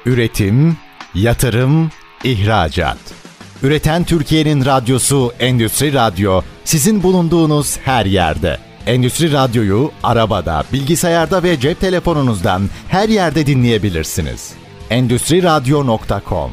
Üretim, yatırım, ihracat. Üreten Türkiye'nin radyosu Endüstri Radyo, sizin bulunduğunuz her yerde. Endüstri Radyo'yu arabada, bilgisayarda ve cep telefonunuzdan her yerde dinleyebilirsiniz. Endüstriradyo.com.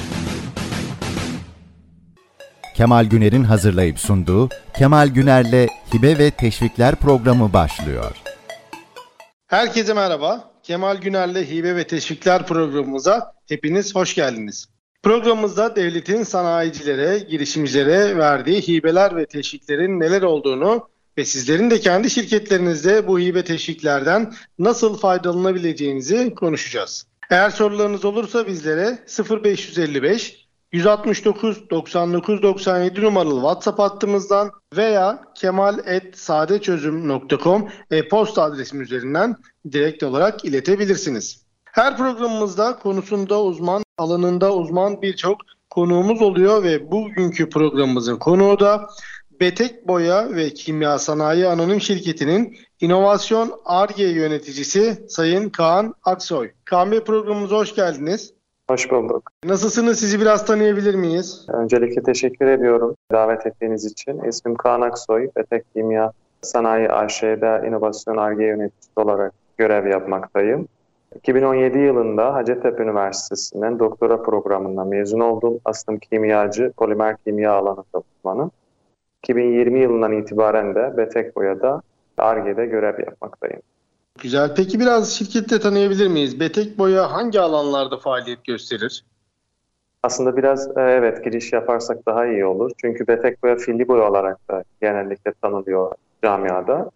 Kemal Güner'in hazırlayıp sunduğu Kemal Güner'le Hibe ve Teşvikler programı başlıyor. Herkese merhaba. Kemal Güner'le Hibe ve Teşvikler programımıza hepiniz hoş geldiniz. Programımızda devletin sanayicilere, girişimcilere verdiği hibeler ve teşviklerin neler olduğunu ve sizlerin de kendi şirketlerinizde bu hibe teşviklerden nasıl faydalanabileceğinizi konuşacağız. Eğer sorularınız olursa bizlere 0555 169 99 97 numaralı WhatsApp hattımızdan veya kemal@sadeçözüm.com e-posta adresim üzerinden direkt olarak iletebilirsiniz. Her programımızda konusunda uzman, alanında uzman birçok konuğumuz oluyor ve bugünkü programımızın konuğu da Betek Boya ve Kimya Sanayi Anonim Şirketi'nin İnovasyon Ar-Ge yöneticisi Sayın Kaan Aksoy. Kaan Bey, programımıza hoş geldiniz. Hoş bulduk. Nasılsınız? Sizi biraz tanıyabilir miyiz? Öncelikle teşekkür ediyorum davet ettiğiniz için. İsmim Kaan Aksoy. Betek Kimya Sanayi AŞ'de İnovasyon Ar-Ge yöneticisi olarak görev yapmaktayım. 2017 yılında Hacettepe Üniversitesi'nden doktora programından mezun oldum. Aslım kimyacı, polimer kimya alanında uzmanım. 2020 yılından itibaren de Betek Boya'da Ar-Ge'de görev yapmaktayım. Güzel. Peki biraz şirkette tanıyabilir miyiz? Betek Boya hangi alanlarda faaliyet gösterir? Aslında biraz giriş yaparsak daha iyi olur. Çünkü Betek Boya filli boya olarak da genellikle tanınıyor camiada.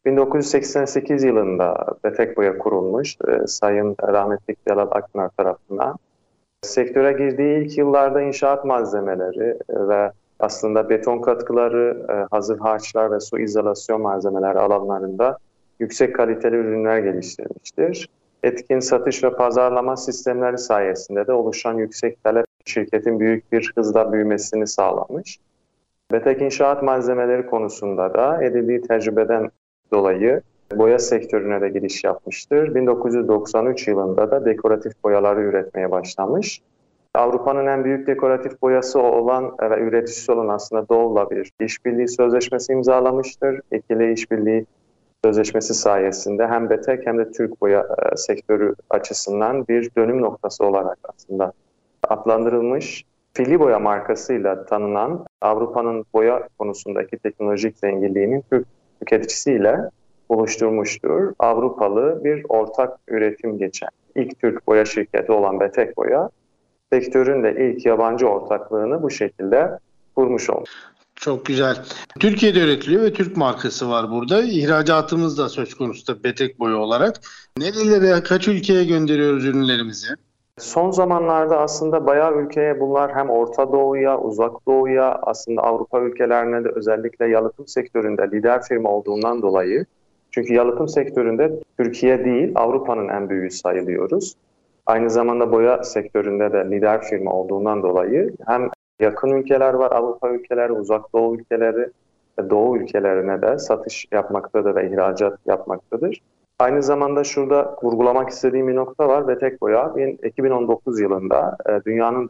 1988 yılında Betek Boya kurulmuş Sayın rahmetli Celal Akpınar tarafından. Sektöre girdiği ilk yıllarda inşaat malzemeleri ve aslında beton katkıları, hazır harçlar ve su izolasyon malzemeleri alanlarında yüksek kaliteli ürünler geliştirmiştir. Etkin satış ve pazarlama sistemleri sayesinde de oluşan yüksek talep şirketin büyük bir hızla büyümesini sağlamış. Betek inşaat malzemeleri konusunda da edindiği tecrübeden dolayı boya sektörüne de giriş yapmıştır. 1993 yılında da dekoratif boyaları üretmeye başlamış. Avrupa'nın en büyük dekoratif boyası olan ve üreticisi olan aslında Dove'la bir işbirliği sözleşmesi imzalamıştır. İkili işbirliği sözleşmesi sayesinde hem Betek hem de Türk boya sektörü açısından bir dönüm noktası olarak aslında adlandırılmış. Filli boya markasıyla tanınan Avrupa'nın boya konusundaki teknolojik zenginliğinin Türk tüketicisiyle oluşturmuştur. Avrupalı bir ortak üretim geçen ilk Türk boya şirketi olan Betek Boya, sektörün de ilk yabancı ortaklığını bu şekilde kurmuş oldu. Çok güzel. Türkiye'de üretiliyor ve Türk markası var burada. İhracatımız da söz konusu da Betek Boya olarak. Nerelere, kaç ülkeye gönderiyoruz ürünlerimizi? Son zamanlarda aslında bayağı ülkeye bunlar hem Orta Doğu'ya, Uzak Doğu'ya, aslında Avrupa ülkelerine de özellikle yalıtım sektöründe lider firma olduğundan dolayı. Çünkü yalıtım sektöründe Türkiye değil Avrupa'nın en büyüğü sayılıyoruz. Aynı zamanda boya sektöründe de lider firma olduğundan dolayı hem yakın ülkeler var, Avrupa ülkeleri, Uzak Doğu ülkeleri ve Doğu ülkelerine de satış yapmaktadır ve ihracat yapmaktadır. Aynı zamanda şurada vurgulamak istediğim bir nokta var. Betek Boya 2019 yılında dünyanın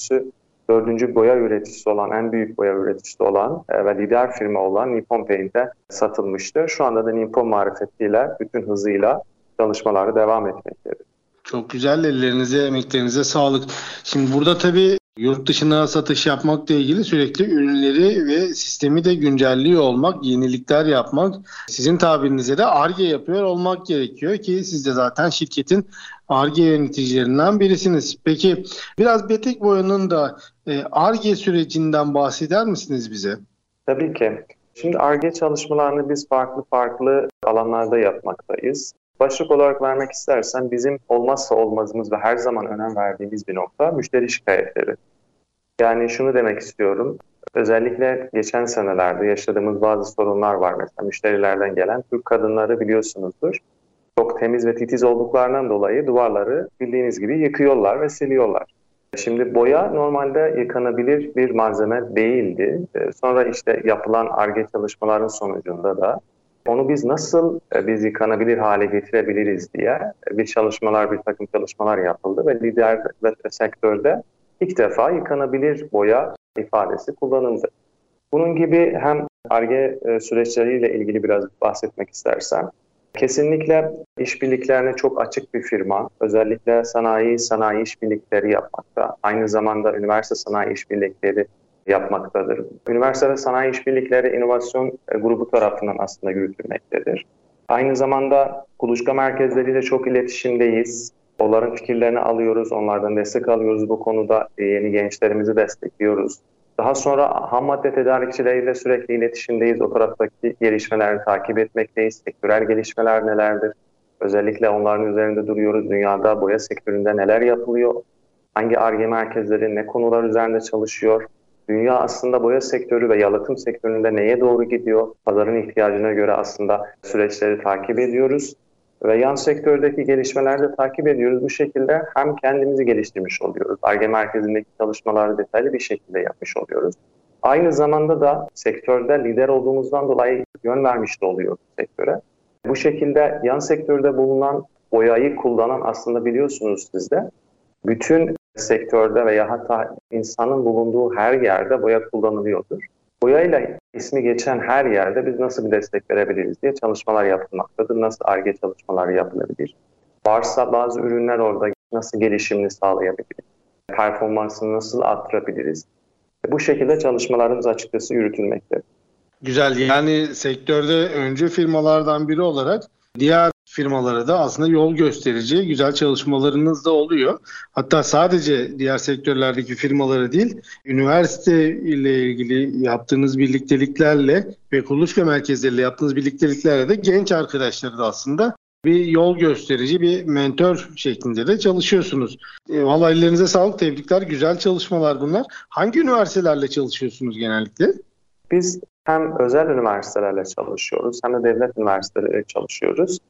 dördüncü boya üreticisi olan, en büyük boya üreticisi olan ve lider firma olan Nippon Paint'e satılmıştır. Şu anda da Nippon marifetiyle, bütün hızıyla çalışmaları devam etmektedir. Çok güzel. Ellerinize, emeklerinize sağlık. Şimdi burada tabii yurt dışına satış yapmakla ilgili sürekli ürünleri ve sistemi de güncelliyor olmak, yenilikler yapmak, sizin tabirinizde de Ar-Ge yapıyor olmak gerekiyor ki siz de zaten şirketin Ar-Ge yöneticilerinden birisiniz. Peki biraz Betek Boya'nın da Ar-Ge sürecinden bahseder misiniz bize? Tabii ki. Şimdi Ar-Ge çalışmalarını biz farklı alanlarda yapmaktayız. Başlık olarak vermek istersen bizim olmazsa olmazımız ve her zaman önem verdiğimiz bir nokta müşteri şikayetleri. Yani şunu demek istiyorum, özellikle geçen senelerde yaşadığımız bazı sorunlar var. Mesela müşterilerden gelen Türk kadınları biliyorsunuzdur. Çok temiz ve titiz olduklarından dolayı duvarları bildiğiniz gibi yıkıyorlar ve siliyorlar. Şimdi boya normalde yıkanabilir bir malzeme değildi. Sonra işte yapılan Ar-Ge çalışmaların sonucunda da Onu biz nasıl biz yıkanabilir hale getirebiliriz diye bir takım çalışmalar yapıldı ve lider ve sektörde ilk defa yıkanabilir boya ifadesi kullanıldı. Bunun gibi hem Ar-Ge süreçleriyle ilgili biraz bahsetmek istersem, kesinlikle işbirliklerine çok açık bir firma. Özellikle sanayi işbirlikleri yapmakta. Aynı zamanda üniversite sanayi işbirlikleri yapmaktadır. Üniversite ve sanayi işbirlikleri inovasyon grubu tarafından aslında yürütülmektedir. Aynı zamanda kuluçka merkezleriyle çok iletişimdeyiz. Onların fikirlerini alıyoruz, onlardan destek alıyoruz bu konuda. Yeni gençlerimizi destekliyoruz. Daha sonra ham madde tedarikçileriyle sürekli iletişimdeyiz. O taraftaki gelişmeleri takip etmekteyiz. Sektörel gelişmeler nelerdir? Özellikle onların üzerinde duruyoruz. Dünyada boya sektöründe neler yapılıyor? Hangi Ar-Ge merkezleri ne konular üzerinde çalışıyor? Dünya aslında boya sektörü ve yalıtım sektöründe neye doğru gidiyor? Pazarın ihtiyacına göre aslında süreçleri takip ediyoruz. Ve yan sektördeki gelişmeleri de takip ediyoruz. Bu şekilde hem kendimizi geliştirmiş oluyoruz. Ar-Ge merkezindeki çalışmaları detaylı bir şekilde yapmış oluyoruz. Aynı zamanda da sektörde lider olduğumuzdan dolayı yön vermiş de oluyoruz sektöre. Bu şekilde yan sektörde bulunan boyayı kullanan aslında biliyorsunuz siz de bütün sektörde veya hatta insanın bulunduğu her yerde boya kullanılıyordur. Boyayla ismi geçen her yerde biz nasıl bir destek verebiliriz diye çalışmalar yapılmaktadır. Nasıl Ar-Ge çalışmaları yapılabilir? Varsa bazı ürünler orada nasıl gelişimini sağlayabiliriz? Performansını nasıl arttırabiliriz? Bu şekilde çalışmalarımız açıkçası yürütülmektedir. Güzel. Yani sektörde öncü firmalardan biri olarak diğer firmalara da aslında yol gösterici güzel çalışmalarınız da oluyor. Hatta sadece diğer sektörlerdeki firmaları değil, üniversite ile ilgili yaptığınız birlikteliklerle ve kuluçka merkezleriyle yaptığınız birlikteliklerle de genç arkadaşları da aslında bir yol gösterici, bir mentor şeklinde de çalışıyorsunuz. Vallahi ellerinize sağlık, tebrikler. Güzel çalışmalar bunlar. Hangi üniversitelerle çalışıyorsunuz genellikle? Biz hem özel üniversitelerle çalışıyoruz hem de devlet üniversiteleriyle çalışıyoruz.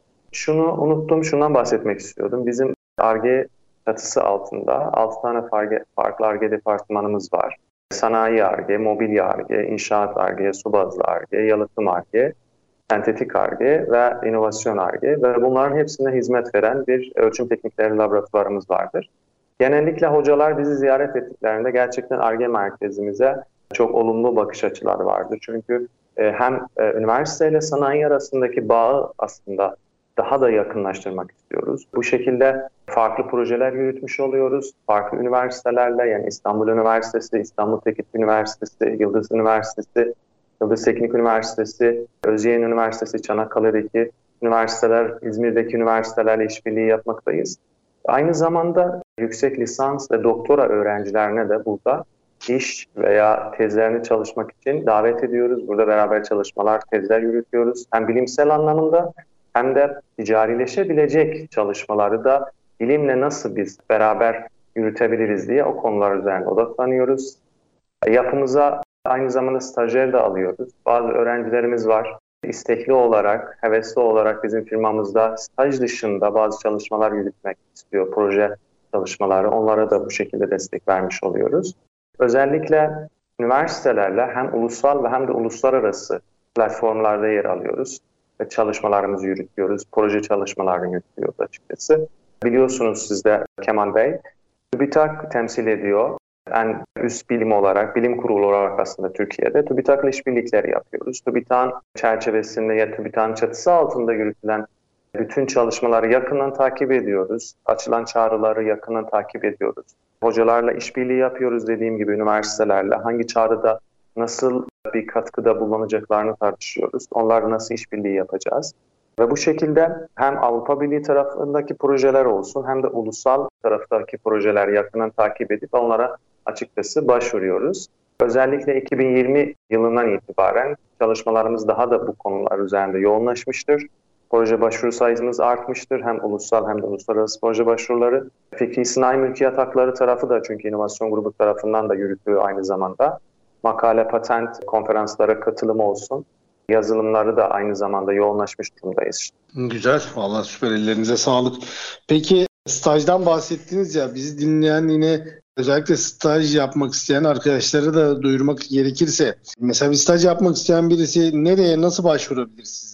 Şundan bahsetmek istiyordum. Bizim Ar-Ge çatısı altında 6 tane farklı Ar-Ge departmanımız var. Sanayi Ar-Ge, mobilya Ar-Ge, inşaat Ar-Ge, su bazlı Ar-Ge, yalıtım Ar-Ge, sentetik Ar-Ge ve inovasyon Ar-Ge ve bunların hepsine hizmet veren bir ölçüm teknikleri laboratuvarımız vardır. Genellikle hocalar bizi ziyaret ettiklerinde gerçekten Ar-Ge merkezimize çok olumlu bakış açıları vardır. Çünkü hem üniversiteyle sanayi arasındaki bağı aslında daha da yakınlaştırmak istiyoruz. Bu şekilde farklı projeler yürütmüş oluyoruz. Farklı üniversitelerle yani İstanbul Üniversitesi, İstanbul Teknik Üniversitesi, Yıldız Üniversitesi, Yıldız Teknik Üniversitesi, Özyeğin Üniversitesi, Çanakkale'deki üniversiteler, İzmir'deki üniversitelerle işbirliği yapmaktayız. Aynı zamanda yüksek lisans ve doktora öğrencilerine de burada iş veya tezlerini çalışmak için davet ediyoruz. Burada beraber çalışmalar, tezler yürütüyoruz. Hem bilimsel anlamında hem de ticarileşebilecek çalışmaları da bilimle nasıl biz beraber yürütebiliriz diye o konular üzerine odaklanıyoruz. Yapımıza aynı zamanda stajyer de alıyoruz. Bazı öğrencilerimiz var. İstekli olarak, hevesli olarak bizim firmamızda staj dışında bazı çalışmalar yürütmek istiyor. Proje çalışmaları. Onlara da bu şekilde destek vermiş oluyoruz. Özellikle üniversitelerle hem ulusal ve hem de uluslararası platformlarda yer alıyoruz ve çalışmalarımızı yürütüyoruz. Proje çalışmalarını yürütüyoruz açıkçası. Biliyorsunuz siz de Kemal Bey, TÜBİTAK temsil ediyor. En üst bilim olarak, bilim kurulu olarak aslında Türkiye'de TÜBİTAK'la işbirlikleri yapıyoruz. TÜBİTAK'ın çerçevesinde ya TÜBİTAK'ın çatısı altında yürütülen bütün çalışmaları yakından takip ediyoruz. Açılan çağrıları yakından takip ediyoruz. Hocalarla işbirliği yapıyoruz dediğim gibi üniversitelerle. Hangi çağrıda nasıl bir katkıda bulunacaklarını tartışıyoruz. Onlarla nasıl işbirliği yapacağız. Ve bu şekilde hem Avrupa Birliği tarafındaki projeler olsun hem de ulusal taraftaki projeler yakından takip edip onlara açıkçası başvuruyoruz. Özellikle 2020 yılından itibaren çalışmalarımız daha da bu konular üzerinde yoğunlaşmıştır. Proje başvuru sayımız artmıştır. Hem ulusal hem de uluslararası proje başvuruları. Fikri sanayi mülkiyet hakları tarafı da çünkü inovasyon grubu tarafından da yürütülüyor aynı zamanda. Makale, patent konferanslara katılım olsun. Yazılımları da aynı zamanda yoğunlaşmış durumdayız. Güzel. Vallahi süper. Ellerinize sağlık. Peki stajdan bahsettiniz ya, bizi dinleyen yine özellikle staj yapmak isteyen arkadaşları da duyurmak gerekirse. Mesela bir staj yapmak isteyen birisi nereye, nasıl başvurabilir size?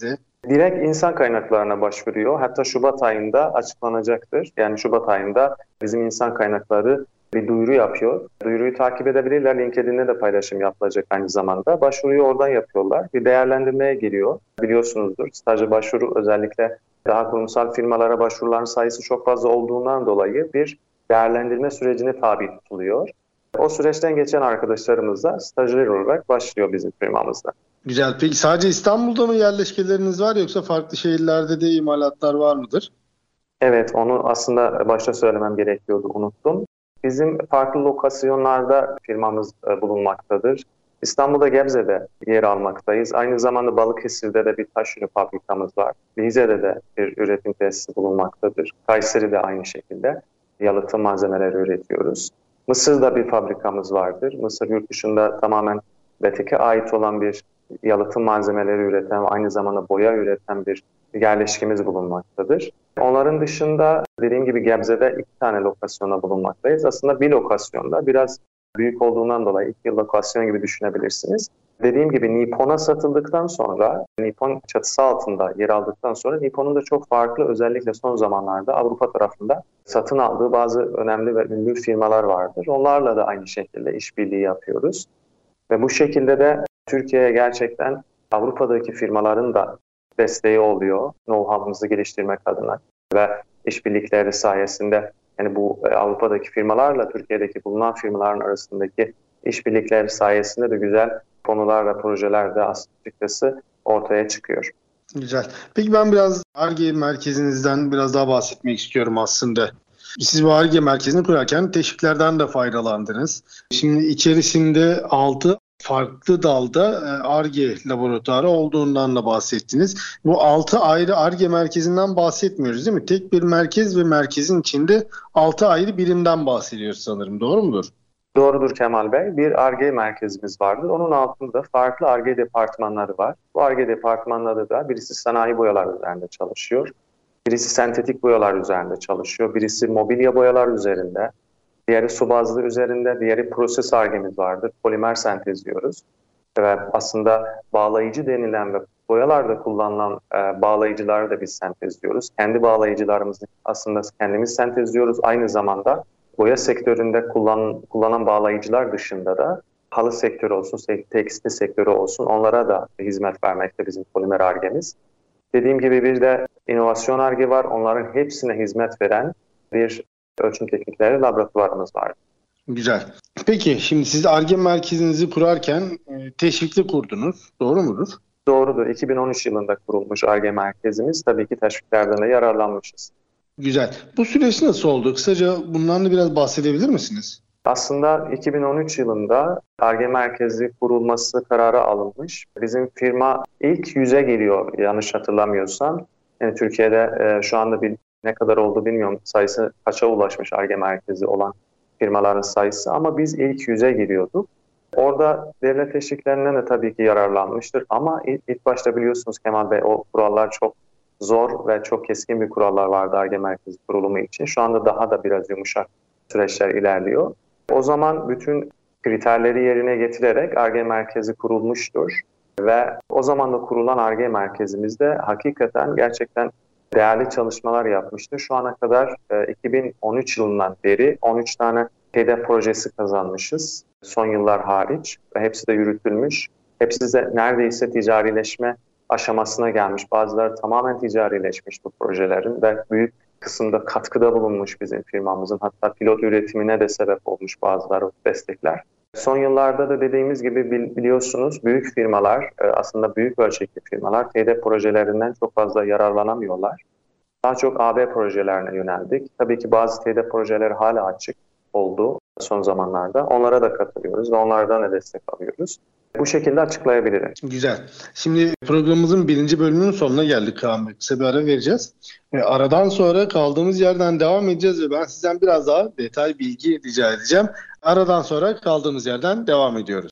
Direkt insan kaynaklarına başvuruyor. Hatta Şubat ayında açıklanacaktır. Yani Şubat ayında bizim insan kaynakları bir duyuru yapıyor. Duyuruyu takip edebilirler. LinkedIn'de de paylaşım yapılacak aynı zamanda. Başvuruyu oradan yapıyorlar. Bir değerlendirmeye giriyor. Biliyorsunuzdur, staja başvuru özellikle daha kurumsal firmalara başvuruların sayısı çok fazla olduğundan dolayı bir değerlendirme sürecine tabi tutuluyor. O süreçten geçen arkadaşlarımız da stajyer olarak başlıyor bizim firmamızda. Güzel. Peki sadece İstanbul'da mı yerleşkeleriniz var yoksa farklı şehirlerde de imalatlar var mıdır? Evet, onu aslında başta söylemem gerekiyordu, unuttum. Bizim farklı lokasyonlarda firmamız bulunmaktadır. İstanbul'da Gebze'de yer almaktayız. Aynı zamanda Balıkesir'de de bir taş ürünü fabrikamız var. Rize'de de bir üretim tesisi bulunmaktadır. Kayseri'de aynı şekilde yalıtım malzemeleri üretiyoruz. Mısır'da bir fabrikamız vardır. Mısır yurt dışında tamamen BTK'e ait olan bir yalıtım malzemeleri üreten ve aynı zamanda boya üreten bir yerleşkemiz bulunmaktadır. Onların dışında dediğim gibi Gebze'de 2 tane lokasyona bulunmaktayız. Aslında bir lokasyonda biraz büyük olduğundan dolayı 2 lokasyon gibi düşünebilirsiniz. Dediğim gibi Nippon'a satıldıktan sonra, Nippon çatısı altında yer aldıktan sonra Nippon'un da çok farklı, özellikle son zamanlarda Avrupa tarafında satın aldığı bazı önemli ve ünlü firmalar vardır. Onlarla da aynı şekilde işbirliği yapıyoruz. Ve bu şekilde de Türkiye'ye gerçekten Avrupa'daki firmaların da desteği oluyor know-how'ımızı geliştirmek adına ve işbirlikleri sayesinde yani bu Avrupa'daki firmalarla Türkiye'deki bulunan firmaların arasındaki işbirlikleri sayesinde de güzel konular ve projeler de açıkçası ortaya çıkıyor. Güzel. Peki ben biraz Ar-Ge merkezinizden biraz daha bahsetmek istiyorum aslında. Siz bu Ar-Ge merkezini kurarken teşviklerden de faydalandınız. Şimdi içerisinde 6 farklı dalda Ar-Ge laboratuvarı olduğundan da bahsettiniz. Bu 6 ayrı Ar-Ge merkezinden bahsetmiyoruz değil mi? Tek bir merkez ve merkezin içinde 6 ayrı birimden bahsediyoruz sanırım. Doğru mudur? Doğrudur Kemal Bey. Bir Ar-Ge merkezimiz vardır. Onun altında farklı Ar-Ge departmanları var. Bu Ar-Ge departmanları da birisi sanayi boyalar üzerinde çalışıyor. Birisi sentetik boyalar üzerinde çalışıyor. Birisi mobilya boyalar üzerinde. Diğeri su bazlı üzerinde. Diğeri proses Ar-Ge'miz vardır. Polimer sentezliyoruz. Ve aslında bağlayıcı denilen ve boyalarda kullanılan bağlayıcıları da biz sentezliyoruz. Kendi bağlayıcılarımızı aslında kendimiz sentezliyoruz. Aynı zamanda boya sektöründe kullanan bağlayıcılar dışında da halı sektörü olsun, tekstil sektörü olsun onlara da hizmet vermekte bizim polimer Ar-Ge'miz. Dediğim gibi bir de inovasyon Ar-Ge var. Onların hepsine hizmet veren bir ölçüm teknikleri laboratuvarımız var. Güzel. Peki şimdi siz Ar-Ge merkezinizi kurarken teşvikli kurdunuz. Doğru mudur? Doğrudur. 2013 yılında kurulmuş Ar-Ge merkezimiz. Tabii ki teşviklerden de yararlanmışız. Güzel. Bu süreç nasıl oldu? Kısaca bundan da biraz bahsedebilir misiniz? Aslında 2013 yılında Ar-Ge merkezi kurulması kararı alınmış. Bizim firma ilk 100'e geliyor yanlış hatırlamıyorsam. Yani Türkiye'de şu anda ne kadar oldu bilmiyorum, sayısı kaça ulaşmış Ar-Ge merkezi olan firmaların sayısı, ama biz ilk 100'e giriyorduk. Orada devlet teşviklerinden de tabii ki yararlanmıştır ama ilk başta biliyorsunuz Kemal Bey, o kurallar çok zor ve çok keskin bir kurallar vardı Ar-Ge merkezi kurulumu için. Şu anda daha da biraz yumuşak süreçler ilerliyor. O zaman bütün kriterleri yerine getirerek Ar-Ge merkezi kurulmuştur ve o zaman da kurulan Ar-Ge merkezimizde hakikaten gerçekten değerli çalışmalar yapmıştır. Şu ana kadar 2013 yılından beri 13 tane hedef projesi kazanmışız. Son yıllar hariç ve hepsi de yürütülmüş. Hepsi de neredeyse ticarileşme aşamasına gelmiş. Bazıları tamamen ticarileşmiş bu projelerin ve büyük kısımda katkıda bulunmuş bizim firmamızın. Hatta pilot üretimine de sebep olmuş bazıları destekler. Son yıllarda da dediğimiz gibi biliyorsunuz büyük firmalar, aslında büyük ölçekli firmalar TED projelerinden çok fazla yararlanamıyorlar. Daha çok AB projelerine yöneldik. Tabii ki bazı TED projeleri hala açık oldu son zamanlarda. Onlara da katılıyoruz ve onlardan da destek alıyoruz. Bu şekilde açıklayabilirim. Güzel. Şimdi programımızın 1. bölümünün sonuna geldik Kaan Bey. Kısa bir ara vereceğiz. Aradan sonra kaldığımız yerden devam edeceğiz ve ben sizden biraz daha detay bilgi rica edeceğim. Aradan sonra kaldığımız yerden devam ediyoruz.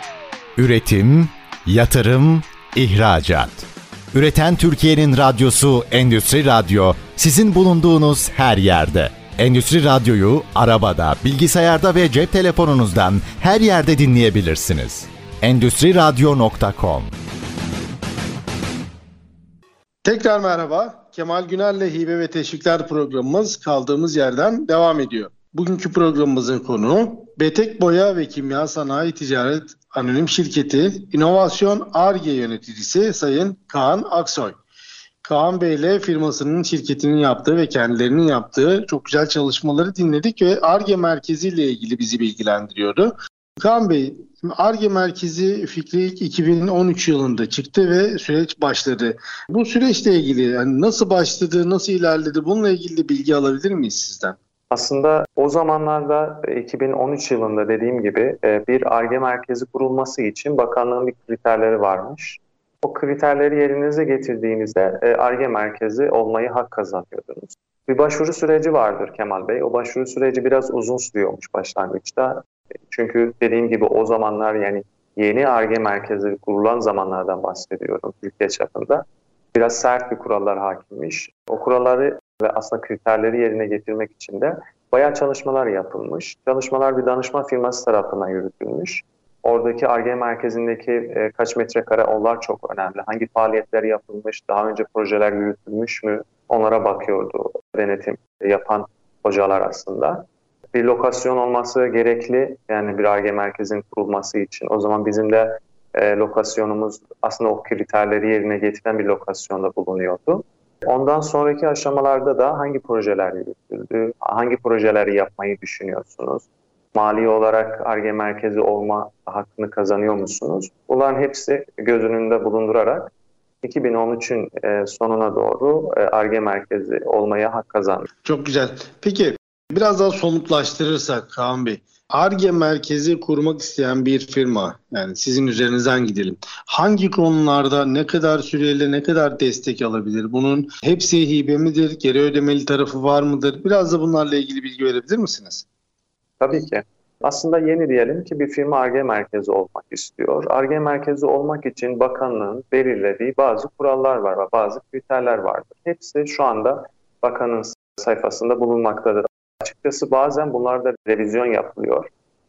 Üretim, yatırım, ihracat. Üreten Türkiye'nin radyosu Endüstri Radyo, sizin bulunduğunuz her yerde. Endüstri Radyo'yu arabada, bilgisayarda ve cep telefonunuzdan her yerde dinleyebilirsiniz. Endüstriradyo.com Tekrar merhaba. Kemal Güner'le Hibe ve Teşvikler programımız kaldığımız yerden devam ediyor. Bugünkü programımızın konuğu Betek Boya ve Kimya Sanayi Ticaret Anonim Şirketi İnovasyon Ar-Ge Yöneticisi Sayın Kaan Aksoy. Kaan Bey ile firmasının, şirketinin yaptığı ve kendilerinin yaptığı çok güzel çalışmaları dinledik ve Ar-Ge Merkezi ile ilgili bizi bilgilendiriyordu. Kaan Bey, Ar-Ge Merkezi fikri ilk 2013 yılında çıktı ve süreç başladı. Bu süreçle ilgili yani nasıl başladı, nasıl ilerledi, bununla ilgili de bilgi alabilir miyiz sizden? Aslında o zamanlarda 2013 yılında dediğim gibi bir Ar-Ge merkezi kurulması için bakanlığın bir kriterleri varmış. O kriterleri yerinize getirdiğinizde Ar-Ge merkezi olmayı hak kazanıyordunuz. Bir başvuru süreci vardır Kemal Bey. O başvuru süreci biraz uzun sürüyormuş başlangıçta. Çünkü dediğim gibi o zamanlar yani yeni Ar-Ge merkezleri kurulan zamanlardan bahsediyorum Türkiye çapında. Biraz sert bir kurallar hakimmiş. O kuralları ve aslında kriterleri yerine getirmek için de bayağı çalışmalar yapılmış. Çalışmalar bir danışma firması tarafından yürütülmüş. Oradaki Ar-Ge merkezindeki kaç metrekare onlar çok önemli. Hangi faaliyetler yapılmış, daha önce projeler yürütülmüş mü onlara bakıyordu denetim yapan hocalar aslında. Bir lokasyon olması gerekli yani bir Ar-Ge merkezinin kurulması için. O zaman bizim de lokasyonumuz aslında o kriterleri yerine getiren bir lokasyonda bulunuyordu. Ondan sonraki aşamalarda da hangi projeler yürütüldü, hangi projeleri yapmayı düşünüyorsunuz, mali olarak Ar-Ge merkezi olma hakkını kazanıyor musunuz? Bunların hepsi göz önünde bulundurarak 2013'ün sonuna doğru Ar-Ge merkezi olmaya hak kazandı. Çok güzel. Peki biraz daha somutlaştırırsak Kaan Bey, Ar-Ge merkezi kurmak isteyen bir firma, yani sizin üzerinizden gidelim. Hangi konularda ne kadar süreyle ne kadar destek alabilir? Bunun hepsi hibe midir? Geri ödemeli tarafı var mıdır? Biraz da bunlarla ilgili bilgi verebilir misiniz? Tabii ki. Aslında yeni diyelim ki bir firma Ar-Ge merkezi olmak istiyor. Ar-Ge merkezi olmak için bakanlığın belirlediği bazı kurallar var ve bazı kriterler vardır. Hepsi şu anda bakanın sayfasında bulunmaktadır. Açıkçası bazen bunlarda revizyon yapılıyor.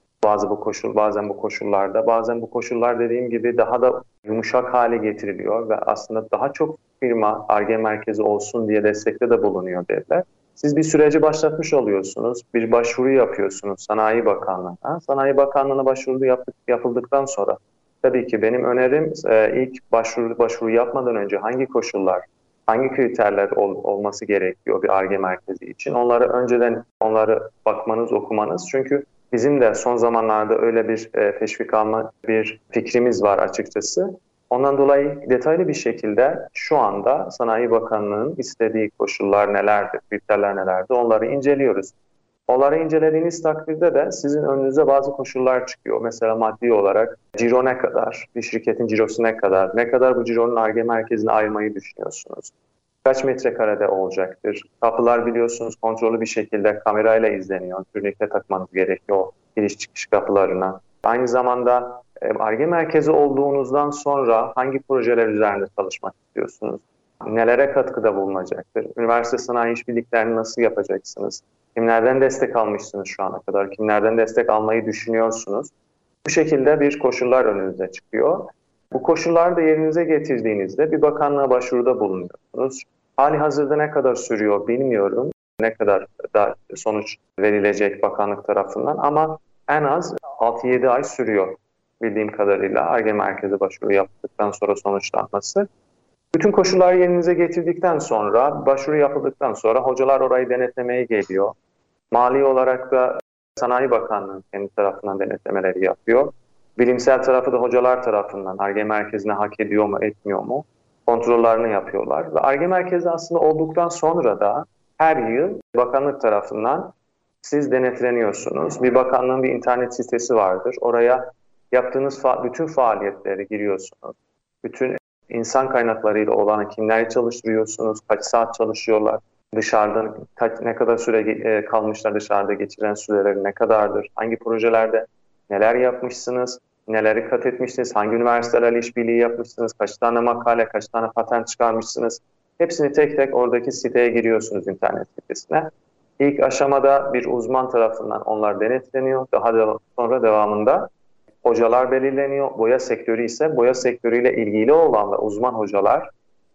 Bazen bu koşullarda, bazen bu koşullar dediğim gibi daha da yumuşak hale getiriliyor ve aslında daha çok firma Ar-Ge merkezi olsun diye destekte de bulunuyor devlet. Siz bir süreci başlatmış oluyorsunuz, bir başvuru yapıyorsunuz Sanayi Bakanlığı'na. Sanayi Bakanlığı'na başvuru yapıldıktan sonra tabii ki benim önerim ilk başvuru yapmadan önce hangi koşullar, hangi kriterler olması gerekiyor bir Ar-Ge merkezi için. Önceden bakmanız, okumanız. Çünkü bizim de son zamanlarda öyle bir teşvik alma bir fikrimiz var açıkçası. Ondan dolayı detaylı bir şekilde şu anda Sanayi Bakanlığı'nın istediği koşullar nelerdir, kriterler nelerdir onları inceliyoruz. Onları incelediğiniz takdirde de sizin önünüze bazı koşullar çıkıyor. Mesela maddi olarak ciro ne kadar, bir şirketin cirosu ne kadar bu cironun Ar-Ge merkezine ayırmayı düşünüyorsunuz? Kaç metrekarede olacaktır? Kapılar biliyorsunuz kontrollü bir şekilde kamerayla izleniyor. Turnike takmanız gerekiyor giriş çıkış kapılarına. Aynı zamanda Ar-Ge merkezi olduğunuzdan sonra hangi projeler üzerinde çalışmak istiyorsunuz? Nelere katkıda bulunacaktır? Üniversite sanayi işbirliklerini nasıl yapacaksınız? Kimlerden destek almışsınız şu ana kadar? Kimlerden destek almayı düşünüyorsunuz? Bu şekilde bir koşullar önünüze çıkıyor. Bu koşulları da yerinize getirdiğinizde bir bakanlığa başvuruda bulunuyorsunuz. Hali hazırda ne kadar sürüyor bilmiyorum. Ne kadar da sonuç verilecek bakanlık tarafından ama en az 6-7 ay sürüyor bildiğim kadarıyla Ar-Ge merkezi başvuru yaptıktan sonra sonuçlanması. Bütün koşulları yerinize getirdikten sonra, başvuru yapıldıktan sonra hocalar orayı denetlemeye geliyor. Mali olarak da Sanayi Bakanlığı kendi tarafından denetlemeleri yapıyor. Bilimsel tarafı da hocalar tarafından Ar-Ge merkezine hak ediyor mu, etmiyor mu kontrollerini yapıyorlar. Ve Ar-Ge merkezi aslında olduktan sonra da her yıl bakanlık tarafından siz denetleniyorsunuz. Bir bakanlığın bir internet sitesi vardır. Oraya yaptığınız bütün faaliyetleri giriyorsunuz. Bütün insan kaynaklarıyla olan kimleri çalıştırıyorsunuz, kaç saat çalışıyorlar, dışarıda ne kadar süre kalmışlar, dışarıda geçiren süreleri ne kadardır, hangi projelerde neler yapmışsınız, neleri kat etmişsiniz, hangi üniversitelerle işbirliği yapmışsınız, kaç tane makale, kaç tane patent çıkarmışsınız. Hepsini tek tek oradaki siteye giriyorsunuz internet sitesine. İlk aşamada bir uzman tarafından onlar denetleniyor. Daha sonra devamında hocalar belirleniyor. Boya sektörü ise boya sektörüyle ilgili olan ve uzman hocalar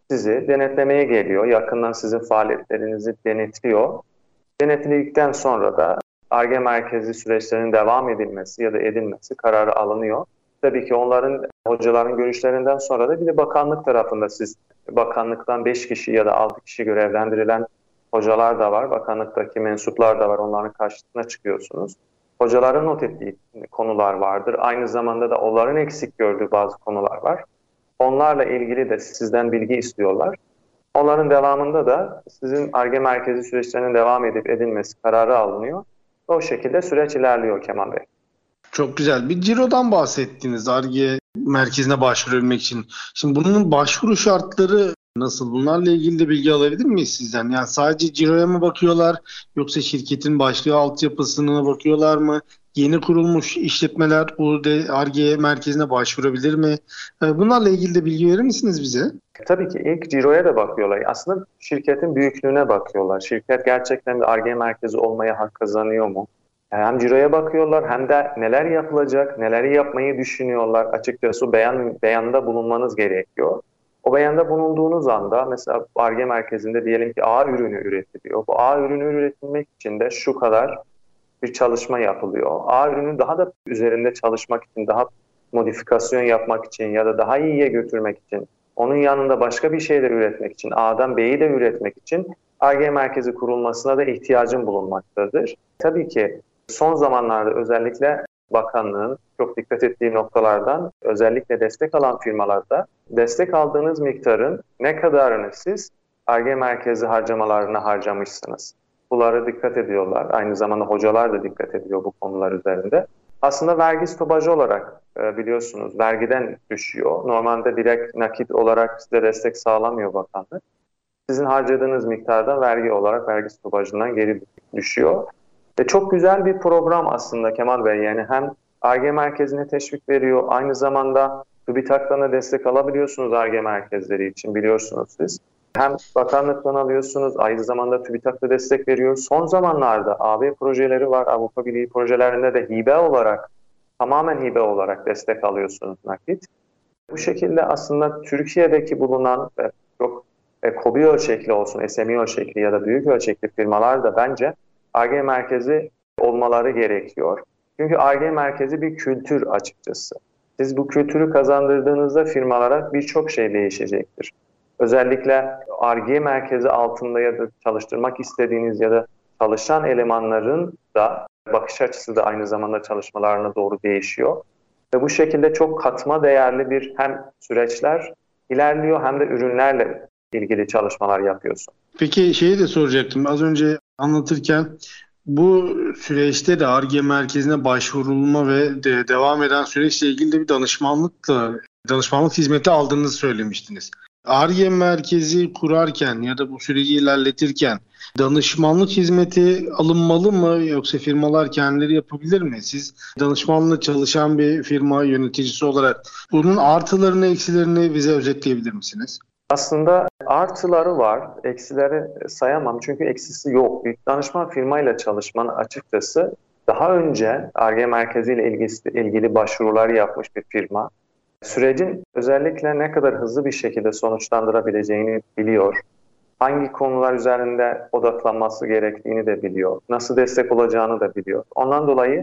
sizi denetlemeye geliyor. Yakından sizin faaliyetlerinizi denetliyor. Denetledikten sonra da Ar-Ge merkezi süreçlerinin devam edilmesi ya da edilmesi kararı alınıyor. Tabii ki hocaların görüşlerinden sonra da bir de bakanlık tarafında siz bakanlıktan 5 kişi ya da 6 kişi görevlendirilen hocalar da var. Bakanlıktaki mensuplar da var. Onların karşısına çıkıyorsunuz. Hocaların not ettiği konular vardır. Aynı zamanda da onların eksik gördüğü bazı konular var. Onlarla ilgili de sizden bilgi istiyorlar. Onların devamında da sizin Ar-Ge merkezi süreçlerinin devam edip edilmesi kararı alınıyor. O şekilde süreç ilerliyor Kemal Bey. Çok güzel. Bir cirodan bahsettiniz Ar-Ge merkezine başvurabilmek için. Şimdi bunun başvuru şartları nasıl? Bunlarla ilgili de bilgi alabilir miyiz sizden? Yani sadece ciroya mı bakıyorlar yoksa şirketin başka altyapısına bakıyorlar mı? Yeni kurulmuş işletmeler burada Ar-Ge merkezine başvurabilir mi? Bunlarla ilgili de bilgi verir misiniz bize? Tabii ki ilk ciroya da bakıyorlar. Aslında şirketin büyüklüğüne bakıyorlar. Şirket gerçekten bir Ar-Ge merkezi olmaya hak kazanıyor mu? Hem ciroya bakıyorlar hem de neler yapılacak, neleri yapmayı düşünüyorlar. Açıkçası beyanda bulunmanız gerekiyor. O beyanda bulunduğunuz anda mesela Ar-Ge merkezinde diyelim ki A ürünü üretiliyor. Bu A ürünü üretilmek için de şu kadar bir çalışma yapılıyor. A ürünü daha da üzerinde çalışmak için, daha modifikasyon yapmak için ya da daha iyiye götürmek için, onun yanında başka bir şey de üretmek için, A'dan B'yi de üretmek için Ar-Ge merkezi kurulmasına da ihtiyacın bulunmaktadır. Tabii ki son zamanlarda özellikle bakanlığın çok dikkat ettiği noktalardan özellikle destek alan firmalarda destek aldığınız miktarın ne kadarını siz Ar-Ge merkezi harcamalarına harcamışsınız. Bunlara dikkat ediyorlar. Aynı zamanda hocalar da dikkat ediyor bu konular üzerinde. Aslında vergi stopajı olarak biliyorsunuz vergiden düşüyor. Normalde direkt nakit olarak size destek sağlamıyor bakanlık. Sizin harcadığınız miktardan vergi olarak vergi stopajından geri düşüyor. Çok güzel bir program aslında Kemal Bey. Yani hem Ar-Ge merkezine teşvik veriyor, aynı zamanda TÜBİTAK'tan da destek alabiliyorsunuz Ar-Ge merkezleri için biliyorsunuz siz. Hem bakanlıktan alıyorsunuz, aynı zamanda TÜBİTAK'ta destek veriyor. Son zamanlarda AB projeleri var, Avrupa Birliği projelerinde de hibe olarak, tamamen hibe olarak destek alıyorsunuz nakit. Bu şekilde aslında Türkiye'deki bulunan çok KOBİ ölçekli olsun, SME ölçekli ya da büyük ölçekli firmalar da bence Ar-Ge merkezi olmaları gerekiyor. Çünkü Ar-Ge merkezi bir kültür açıkçası. Siz bu kültürü kazandırdığınızda firmalara birçok şey değişecektir. Özellikle Ar-Ge merkezi altında ya da çalıştırmak istediğiniz ya da çalışan elemanların da bakış açısı da aynı zamanda çalışmalarına doğru değişiyor. Ve bu şekilde çok katma değerli bir hem süreçler ilerliyor hem de ürünlerle ilgili çalışmalar yapıyorsun. Peki şeyi de soracaktım. Az önce anlatırken bu süreçte de Ar-Ge merkezine başvurulma ve devam eden süreçle ilgili de bir danışmanlık hizmeti aldığınızı söylemiştiniz. Ar-Ge merkezi kurarken ya da bu süreci ilerletirken danışmanlık hizmeti alınmalı mı yoksa firmalar kendileri yapabilir mi? Siz danışmanla çalışan bir firma yöneticisi olarak bunun artılarını eksilerini bize özetleyebilir misiniz? Aslında artıları var, eksileri sayamam çünkü eksisi yok. Bir danışman firmayla çalışmanın açıkçası daha önce Ar-Ge merkeziyle ilgili başvurular yapmış bir firma. Sürecin özellikle ne kadar hızlı bir şekilde sonuçlandırabileceğini biliyor. Hangi konular üzerinde odaklanması gerektiğini de biliyor. Nasıl destek olacağını da biliyor. Ondan dolayı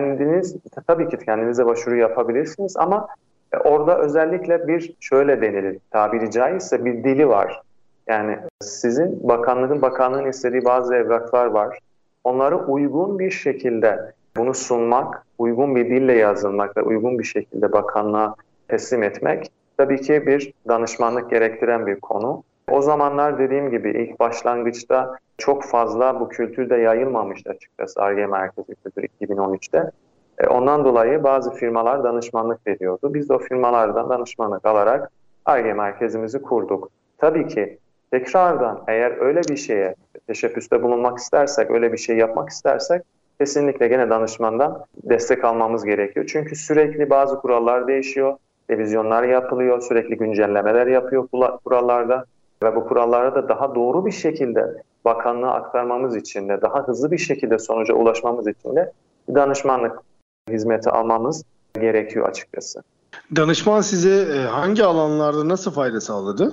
tabii ki kendinize başvuru yapabilirsiniz ama orada özellikle bir şöyle denilir, tabiri caizse bir dili var. Yani sizin bakanlığın istediği bazı evraklar var. Onları uygun bir şekilde bunu sunmak, uygun bir dille yazılmak ve uygun bir şekilde bakanlığa teslim etmek tabii ki bir danışmanlık gerektiren bir konu. O zamanlar dediğim gibi ilk başlangıçta çok fazla bu kültürde yayılmamıştı açıkçası Ar-Ge merkezi kültürü 2013'te. Ondan dolayı bazı firmalar danışmanlık veriyordu. Biz de o firmalardan danışmanlık alarak Ar-Ge merkezimizi kurduk. Tabii ki tekrardan eğer öyle bir şeye teşebbüste bulunmak istersek, öyle bir şey yapmak istersek kesinlikle gene danışmandan destek almamız gerekiyor. Çünkü sürekli bazı kurallar değişiyor, revizyonlar yapılıyor, sürekli güncellemeler yapıyor kurallarda ve bu kurallara da daha doğru bir şekilde bakanlığa aktarmamız için de daha hızlı bir şekilde sonuca ulaşmamız için de danışmanlık hizmeti almamız gerekiyor açıkçası. Danışman size hangi alanlarda nasıl fayda sağladı?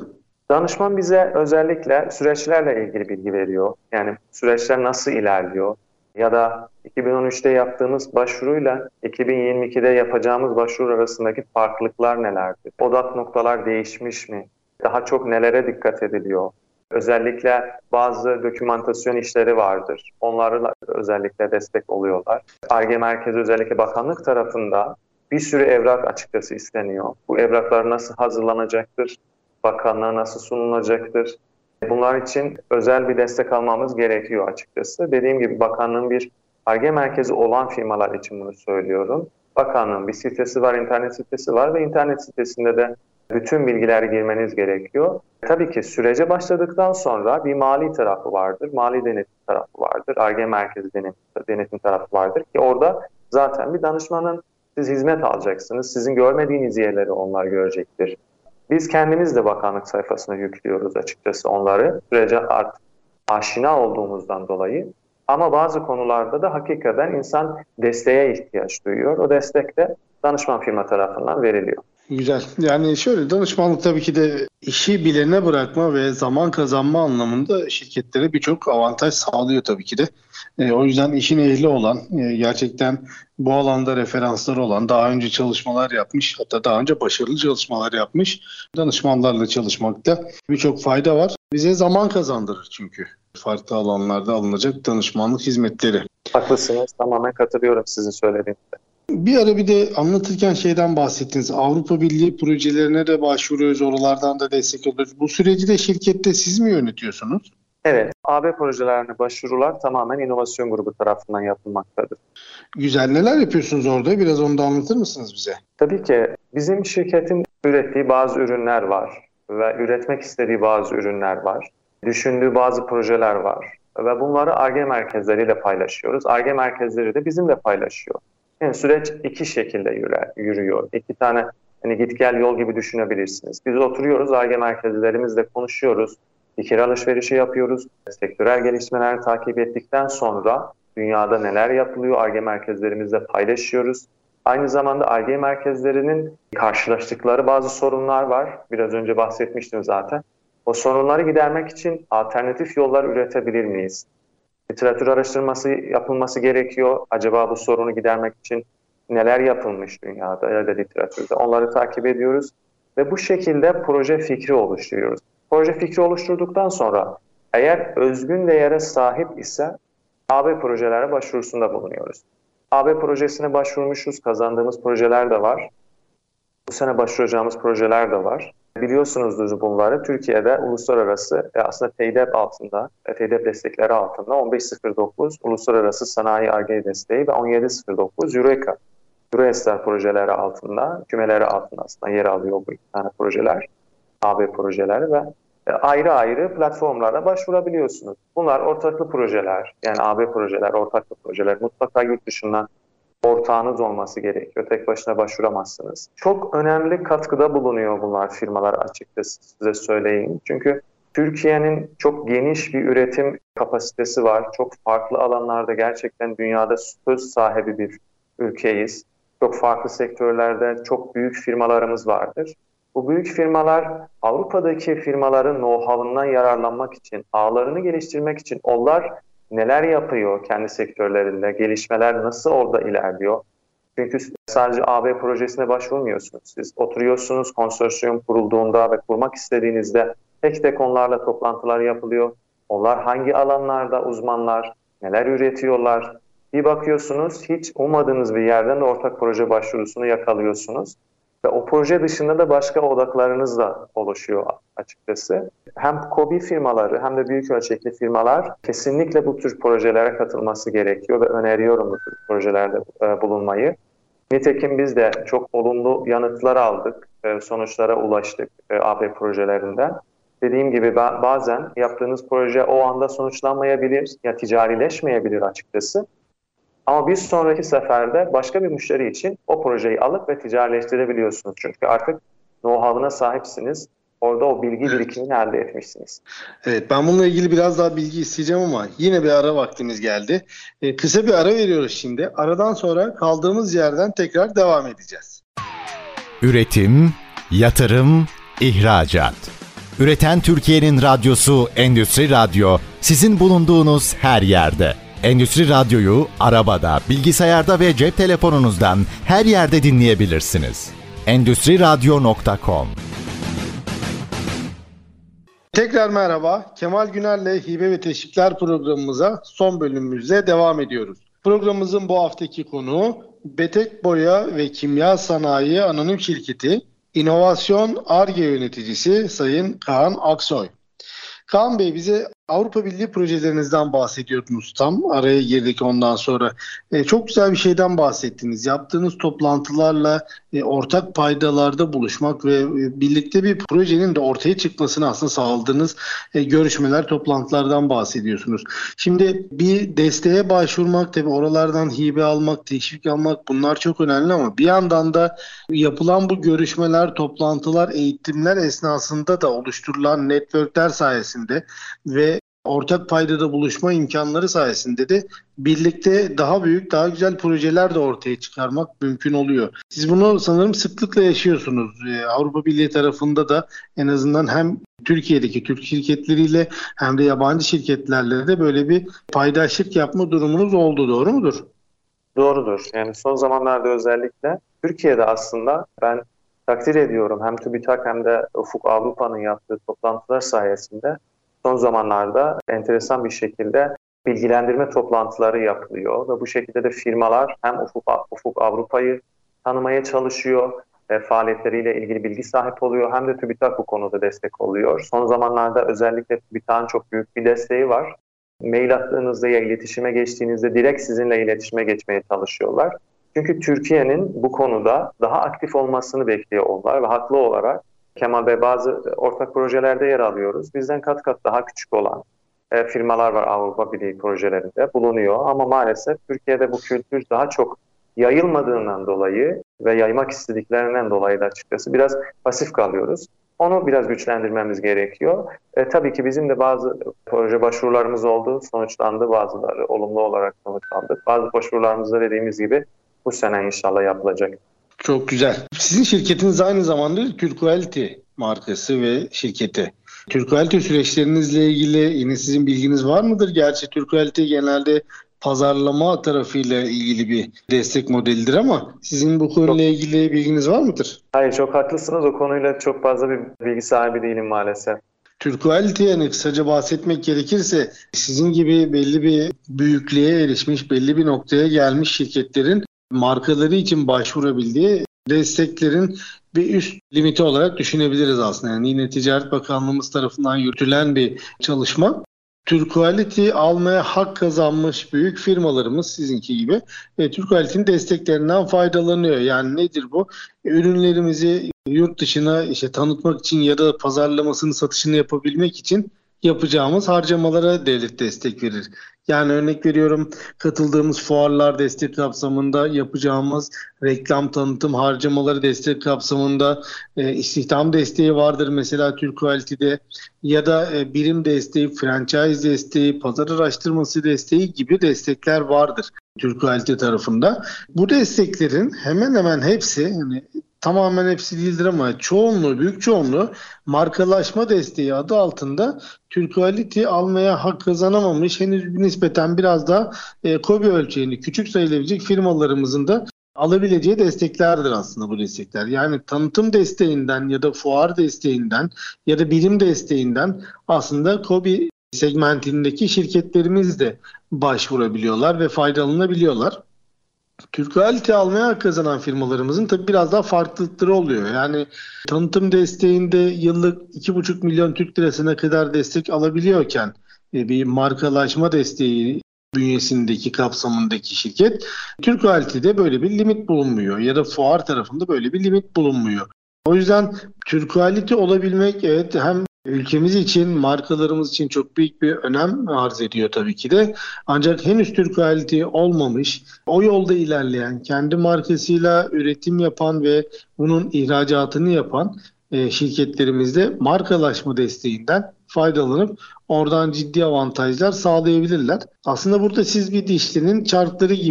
Danışman bize özellikle süreçlerle ilgili bilgi veriyor. Yani süreçler nasıl ilerliyor? Ya da 2013'te yaptığımız başvuruyla 2022'de yapacağımız başvuru arasındaki farklılıklar nelerdir? Odak noktalar değişmiş mi? Daha çok nelere dikkat ediliyor? Özellikle bazı dokümantasyon işleri vardır. Onlara özellikle destek oluyorlar. Ar-Ge merkezi özellikle bakanlık tarafında bir sürü evrak açıkçası isteniyor. Bu evraklar nasıl hazırlanacaktır? Bakanlığa nasıl sunulacaktır? Bunlar için özel bir destek almamız gerekiyor açıkçası. Dediğim gibi bakanlığın bir Ar-Ge merkezi olan firmalar için bunu söylüyorum. Bakanlığın bir sitesi var, internet sitesi var ve internet sitesinde de bütün bilgileri girmeniz gerekiyor. Tabii ki sürece başladıktan sonra bir mali tarafı vardır, mali denetim tarafı vardır, Ar-Ge merkezi denetim tarafı vardır ki orada zaten bir danışmanın siz hizmet alacaksınız. Sizin görmediğiniz yerleri onlar görecektir. Biz kendimiz de bakanlık sayfasına yüklüyoruz açıkçası onları. Sürece artık aşina olduğumuzdan dolayı. Ama bazı konularda da hakikaten insan desteğe ihtiyaç duyuyor. O destek de danışman firma tarafından veriliyor. Güzel. Yani şöyle, danışmanlık tabii ki de işi bilene bırakma ve zaman kazanma anlamında şirketlere birçok avantaj sağlıyor tabii ki de. O yüzden işin ehli olan, gerçekten bu alanda referansları olan, daha önce çalışmalar yapmış, hatta daha önce başarılı çalışmalar yapmış danışmanlarla çalışmakta birçok fayda var. Bize zaman kazandırır çünkü farklı alanlarda alınacak danışmanlık hizmetleri. Haklısınız. Tamamen katılıyorum sizin söylediğinizde. Bir ara bir de anlatırken şeyden bahsettiniz. Avrupa Birliği projelerine de başvuruyoruz. Oralardan da destek alıyoruz. Bu süreci de şirkette siz mi yönetiyorsunuz? Evet. AB projelerine başvurular tamamen inovasyon grubu tarafından yapılmaktadır. Güzel. Neler yapıyorsunuz orada? Biraz onu da anlatır mısınız bize? Tabii ki bizim şirketin ürettiği bazı ürünler var ve üretmek istediği bazı ürünler var. Düşündüğü bazı projeler var ve bunları Ar-Ge merkezleriyle paylaşıyoruz. Ar-Ge merkezleri de bizimle paylaşıyor. Yani süreç iki şekilde yürüyor. İki tane git gel yol gibi düşünebilirsiniz. Biz oturuyoruz, Ar-Ge merkezlerimizle konuşuyoruz, fikir alışverişi yapıyoruz. Sektörel gelişmeleri takip ettikten sonra dünyada neler yapılıyor Ar-Ge merkezlerimizle paylaşıyoruz. Aynı zamanda Ar-Ge merkezlerinin karşılaştıkları bazı sorunlar var. Biraz önce bahsetmiştim zaten. O sorunları gidermek için alternatif yollar üretebilir miyiz? Literatür araştırması yapılması gerekiyor. Acaba bu sorunu gidermek için neler yapılmış dünyada ya da literatürde? Onları takip ediyoruz ve bu şekilde proje fikri oluşturuyoruz. Proje fikri oluşturduktan sonra eğer özgün değere sahip ise AB projelere başvurusunda bulunuyoruz. AB projesine başvurmuşuz, kazandığımız projeler de var. Bu sene başvuracağımız projeler de var. Biliyorsunuzdur bunları. Türkiye'de uluslararası aslında TEİDEP altında, TEİDEP destekleri altında 1509 Uluslararası Sanayi Ar-Ge desteği ve 1709 Eureka, Euroestar projeleri altında, kümeleri altında aslında yer alıyor bu iki tane projeler, AB projeleri ve ayrı ayrı platformlara başvurabiliyorsunuz. Bunlar ortaklı projeler, yani AB projeler, ortaklı projeler. Mutlaka yurt dışından ortağınız olması gerekiyor. Tek başına başvuramazsınız. Çok önemli katkıda bulunuyor bunlar firmalar açıkçası size söyleyeyim. Çünkü Türkiye'nin çok geniş bir üretim kapasitesi var. Çok farklı alanlarda gerçekten dünyada söz sahibi bir ülkeyiz. Çok farklı sektörlerde çok büyük firmalarımız vardır. Bu büyük firmalar Avrupa'daki firmaların know-how'ından yararlanmak için, ağlarını geliştirmek için onlar neler yapıyor kendi sektörlerinde, gelişmeler nasıl orada ilerliyor? Çünkü sadece AB projesine başvurmuyorsunuz. Siz oturuyorsunuz, konsorsiyum kurulduğunda ve kurmak istediğinizde tek tek onlarla toplantılar yapılıyor. Onlar hangi alanlarda uzmanlar, neler üretiyorlar? Bir bakıyorsunuz hiç ummadığınız bir yerden de ortak proje başvurusunu yakalıyorsunuz. Ve o proje dışında da başka odaklarınız da oluşuyor açıkçası. Hem KOBİ firmaları hem de büyük ölçekli firmalar kesinlikle bu tür projelere katılması gerekiyor ve öneriyorum bu tür projelerde bulunmayı. Nitekim biz de çok olumlu yanıtlar aldık, sonuçlara ulaştık AB projelerinden. Dediğim gibi bazen yaptığınız proje o anda sonuçlanmayabilir ya ticarileşmeyebilir açıkçası. Ama bir sonraki seferde başka bir müşteri için o projeyi alıp ve ticarileştirebiliyorsunuz. Çünkü artık know-how'ına sahipsiniz. Orada o bilgi birikimini elde etmişsiniz. Evet, ben bununla ilgili biraz daha bilgi isteyeceğim ama yine bir ara vaktimiz geldi. Kısa bir ara veriyoruz şimdi. Aradan sonra kaldığımız yerden tekrar devam edeceğiz. Üretim, yatırım, ihracat. Üreten Türkiye'nin radyosu Endüstri Radyo, sizin bulunduğunuz her yerde. Endüstri Radyo'yu arabada, bilgisayarda ve cep telefonunuzdan her yerde dinleyebilirsiniz. Endüstriradyo.com. Tekrar merhaba. Kemal Güner'le Hibe ve Teşvikler programımıza son bölümümüzle devam ediyoruz. Programımızın bu haftaki konuğu Betek Boya ve Kimya Sanayi Anonim Şirketi İnovasyon Ar-Ge Yöneticisi Sayın Kaan Aksoy. Kaan Bey, bize Avrupa Birliği projelerinizden bahsediyordunuz tam. Araya girdik ondan sonra. Çok güzel bir şeyden bahsettiniz. Yaptığınız toplantılarla ortak paydalarda buluşmak ve birlikte bir projenin de ortaya çıkmasını aslında sağladığınız görüşmeler, toplantılardan bahsediyorsunuz. Şimdi bir desteğe başvurmak, tabii oralardan hibe almak, teşvik almak, bunlar çok önemli ama bir yandan da yapılan bu görüşmeler, toplantılar, eğitimler esnasında da oluşturulan networkler sayesinde ve ortak paydada buluşma imkanları sayesinde de birlikte daha büyük, daha güzel projeler de ortaya çıkarmak mümkün oluyor. Siz bunu sanırım sıklıkla yaşıyorsunuz. Avrupa Birliği tarafında da en azından hem Türkiye'deki Türk şirketleriyle hem de yabancı şirketlerle de böyle bir paydaşlık yapma durumunuz oldu, doğru mudur? Doğrudur. Yani son zamanlarda özellikle Türkiye'de aslında ben takdir ediyorum hem TÜBİTAK hem de Ufuk Avrupa'nın yaptığı toplantılar sayesinde son zamanlarda enteresan bir şekilde bilgilendirme toplantıları yapılıyor ve bu şekilde de firmalar hem Ufuk Avrupa'yı tanımaya çalışıyor, faaliyetleriyle ilgili bilgi sahip oluyor, hem de TÜBİTAK bu konuda destek oluyor. Son zamanlarda özellikle TÜBİTAK'ın çok büyük bir desteği var. Mail attığınızda ya iletişime geçtiğinizde direkt sizinle iletişime geçmeye çalışıyorlar. Çünkü Türkiye'nin bu konuda daha aktif olmasını bekliyorlar ve haklı olarak. Kemal Bey, bazı ortak projelerde yer alıyoruz. Bizden kat kat daha küçük olan firmalar var, Avrupa Birliği projelerinde bulunuyor. Ama maalesef Türkiye'de bu kültür daha çok yayılmadığından dolayı ve yaymak istediklerinden dolayı da açıkçası biraz pasif kalıyoruz. Onu biraz güçlendirmemiz gerekiyor. Tabii ki bizim de bazı proje başvurularımız oldu, sonuçlandı. Bazıları olumlu olarak sonuçlandı. Bazı başvurularımızda dediğimiz gibi bu sene inşallah yapılacak. Çok güzel. Sizin şirketiniz aynı zamanda Turquality markası ve şirketi. Turquality süreçlerinizle ilgili yine sizin bilginiz var mıdır? Gerçi Turquality genelde pazarlama tarafıyla ilgili bir destek modelidir ama sizin bu konuyla ilgili bilginiz var mıdır? Hayır, çok haklısınız. O konuyla çok fazla bir bilgi sahibi değilim maalesef. Turquality, yani kısaca bahsetmek gerekirse sizin gibi belli bir büyüklüğe erişmiş, belli bir noktaya gelmiş şirketlerin markaları için başvurabildiği desteklerin bir üst limiti olarak düşünebiliriz aslında. Yani yine Ticaret Bakanlığımız tarafından yürütülen bir çalışma. Turquality almaya hak kazanmış büyük firmalarımız sizinki gibi Turquality'nin desteklerinden faydalanıyor. Yani nedir bu? Ürünlerimizi yurt dışına tanıtmak için ya da pazarlamasını, satışını yapabilmek için yapacağımız harcamalara devlet destek verir. Yani örnek veriyorum, katıldığımız fuarlar destek kapsamında yapacağımız reklam, tanıtım harcamaları destek kapsamında istihdam desteği vardır mesela Turquality'de, ya da birim desteği, franchise desteği, pazar araştırması desteği gibi destekler vardır Turquality tarafında. Bu desteklerin hemen hemen hepsi, yani tamamen hepsi değildir ama çoğunluğu, büyük çoğunluğu markalaşma desteği adı altında Turquality almaya hak kazanamamış, henüz nispeten biraz daha KOBİ ölçeğini küçük sayılabilecek firmalarımızın da alabileceği desteklerdir aslında bu destekler. Yani tanıtım desteğinden ya da fuar desteğinden ya da birim desteğinden aslında KOBİ segmentindeki şirketlerimiz de başvurabiliyorlar ve faydalanabiliyorlar. Turquality almaya hak kazanan firmalarımızın tabii biraz daha farklılıkları oluyor. Yani tanıtım desteğinde yıllık 2,5 milyon Türk lirasına kadar destek alabiliyorken bir markalaşma desteği bünyesindeki, kapsamındaki şirket, Turquality'de böyle bir limit bulunmuyor ya da fuar tarafında böyle bir limit bulunmuyor. O yüzden Turquality olabilmek, evet, hem ülkemiz için, markalarımız için çok büyük bir önem arz ediyor tabii ki de. Ancak henüz Turquality olmamış, o yolda ilerleyen, kendi markasıyla üretim yapan ve bunun ihracatını yapan şirketlerimizde markalaşma desteğinden faydalanıp oradan ciddi avantajlar sağlayabilirler. Aslında burada siz bir dişlinin çarkları gibi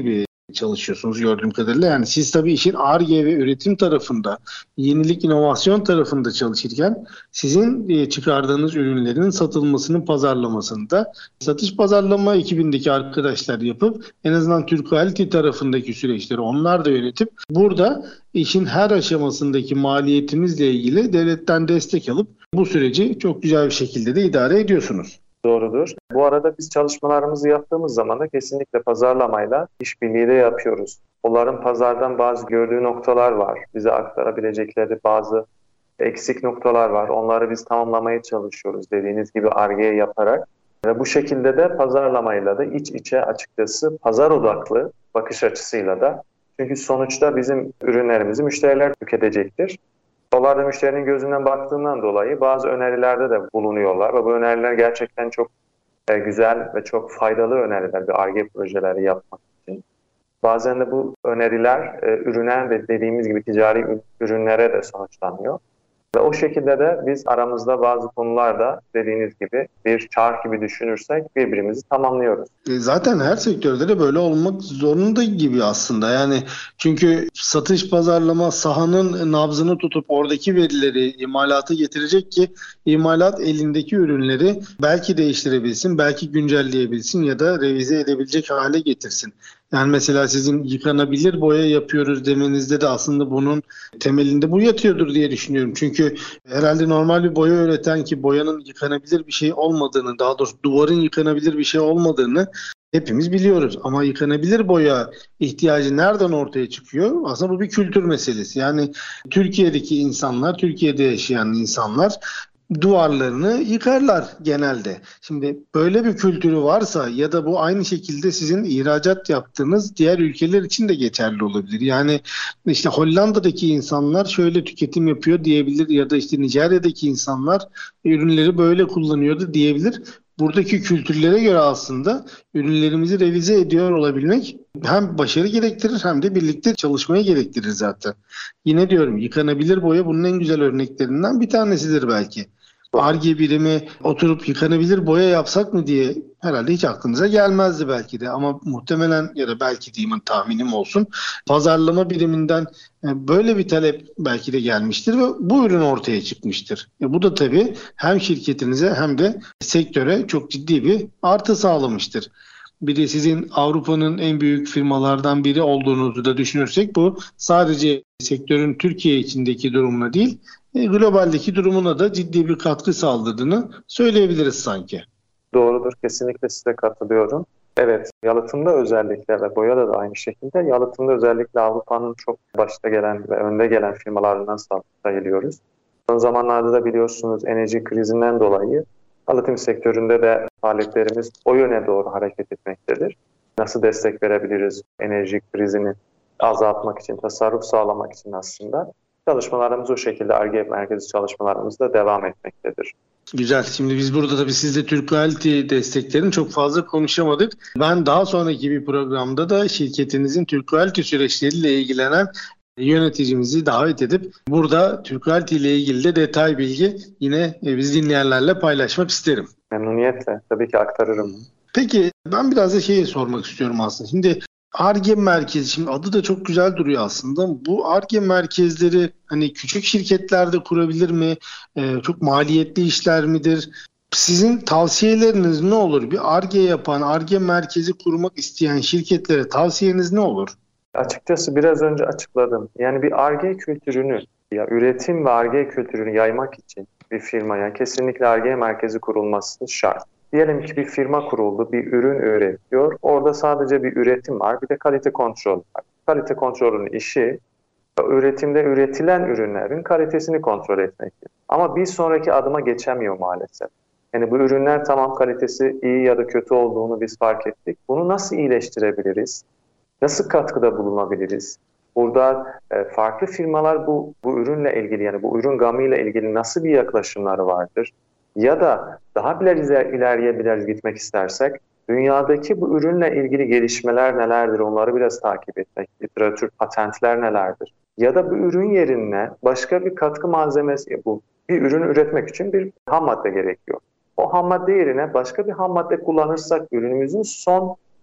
çalışıyorsunuz gördüğüm kadarıyla. Yani siz tabii işin Ar-Ge ve üretim tarafında, yenilik, inovasyon tarafında çalışırken sizin çıkardığınız ürünlerin satılmasının pazarlamasında satış pazarlama ekibindeki arkadaşlar yapıp en azından Türkality tarafındaki süreçleri onlar da yönetip burada işin her aşamasındaki maliyetimizle ilgili devletten destek alıp bu süreci çok güzel bir şekilde de idare ediyorsunuz. Doğrudur. Bu arada biz çalışmalarımızı yaptığımız zaman da kesinlikle pazarlamayla işbirliği de yapıyoruz. Onların pazardan bazı gördüğü noktalar var. Bize aktarabilecekleri bazı eksik noktalar var. Onları biz tamamlamaya çalışıyoruz dediğiniz gibi Ar-Ge yaparak. Ve bu şekilde de pazarlamayla da iç içe açıkçası pazar odaklı bakış açısıyla da. Çünkü sonuçta bizim ürünlerimizi müşteriler tüketecektir. Onlar da müşterinin gözünden baktığından dolayı bazı önerilerde de bulunuyorlar ve bu öneriler gerçekten çok güzel ve çok faydalı öneriler bir Ar-Ge projeleri yapmak için. Bazen de bu öneriler ürüne ve dediğimiz gibi ticari ürünlere de sonuçlanıyor. Ve o şekilde de biz aramızda bazı konularda dediğiniz gibi bir çark gibi düşünürsek birbirimizi tamamlıyoruz. Zaten her sektörde de böyle olmak zorunda gibi aslında. Yani çünkü satış pazarlama sahanın nabzını tutup oradaki verileri imalata getirecek ki imalat elindeki ürünleri belki değiştirebilsin, belki güncelleyebilsin ya da revize edebilecek hale getirsin. Yani mesela sizin yıkanabilir boya yapıyoruz demenizde de aslında bunun temelinde bu yatıyordur diye düşünüyorum. Çünkü herhalde normal bir boya üreten ki boyanın yıkanabilir bir şey olmadığını, daha doğrusu duvarın yıkanabilir bir şey olmadığını hepimiz biliyoruz. Ama yıkanabilir boya ihtiyacı nereden ortaya çıkıyor? Aslında bu bir kültür meselesi. Yani Türkiye'deki insanlar, Türkiye'de yaşayan insanlar duvarlarını yıkarlar genelde. Şimdi böyle bir kültürü varsa ya da bu aynı şekilde sizin ihracat yaptığınız diğer ülkeler için de geçerli olabilir. Yani işte Hollanda'daki insanlar şöyle tüketim yapıyor diyebilir ya da işte Nijerya'daki insanlar ürünleri böyle kullanıyordu diyebilir. Buradaki kültürlere göre aslında ürünlerimizi revize ediyor olabilmek hem başarı gerektirir hem de birlikte çalışmayı gerektirir zaten. Yine diyorum yıkanabilir boya bunun en güzel örneklerinden bir tanesidir belki. Ar-Ge birimi oturup yıkanabilir boya yapsak mı diye herhalde hiç aklınıza gelmezdi belki de. Ama muhtemelen ya da belki diyeyim tahminim olsun pazarlama biriminden böyle bir talep belki de gelmiştir ve bu ürün ortaya çıkmıştır. Bu da tabii hem şirketinize hem de sektöre çok ciddi bir artı sağlamıştır. Bir de sizin Avrupa'nın en büyük firmalardan biri olduğunuzu da düşünürsek bu sadece sektörün Türkiye içindeki durumuna değil, globaldeki durumuna da ciddi bir katkı sağladığını söyleyebiliriz sanki. Doğrudur, kesinlikle size katılıyorum. Evet, yalıtımda özellikle ve boyada da aynı şekilde yalıtımda özellikle Avrupa'nın çok başta gelen ve önde gelen firmalarından sayılıyoruz. Son zamanlarda da biliyorsunuz enerji krizinden dolayı yalıtım sektöründe de faaliyetlerimiz o yöne doğru hareket etmektedir. Nasıl destek verebiliriz enerji krizini azaltmak için, tasarruf sağlamak için aslında çalışmalarımız o şekilde Ar-Ge merkezi çalışmalarımız da devam etmektedir. Güzel. Şimdi biz burada tabii sizle Türkality desteklerini çok fazla konuşamadık. Ben daha sonraki bir programda da şirketinizin Türkality süreçleriyle ilgilenen yöneticimizi davet edip burada Türkality ile ilgili de detay bilgi yine biz dinleyenlerle paylaşmak isterim. Memnuniyetle. Tabii ki aktarırım. Peki ben biraz da sormak istiyorum aslında. Şimdi Ar-Ge merkezi, şimdi adı da çok güzel duruyor aslında. Bu Ar-Ge merkezleri hani küçük şirketlerde kurabilir mi? Çok maliyetli işler midir? Sizin tavsiyeleriniz ne olur? Bir Ar-Ge yapan, Ar-Ge merkezi kurmak isteyen şirketlere tavsiyeniz ne olur? Açıkçası biraz önce açıkladım. Yani bir Ar-Ge kültürünü, ya üretim ve Ar-Ge kültürünü yaymak için bir firmaya kesinlikle Ar-Ge merkezi kurulması şart. Diyelim ki bir firma kuruldu, bir ürün üretiyor. Orada sadece bir üretim var, bir de kalite kontrol var. Kalite kontrolünün işi, üretimde üretilen ürünlerin kalitesini kontrol etmektir. Ama bir sonraki adıma geçemiyor maalesef. Yani bu ürünler tamam kalitesi iyi ya da kötü olduğunu biz fark ettik. Bunu nasıl iyileştirebiliriz? Nasıl katkıda bulunabiliriz? Burada farklı firmalar bu ürünle ilgili yani bu ürün gamıyla ilgili nasıl bir yaklaşımları vardır? Ya da daha ileriye gitmek istersek dünyadaki bu ürünle ilgili gelişmeler nelerdir onları biraz takip etmek, literatür, patentler nelerdir? Ya da bu ürün yerine başka bir katkı malzemesi, bir ürün üretmek için bir ham madde gerekiyor. O ham madde yerine başka bir ham madde kullanırsak ürünümüzün son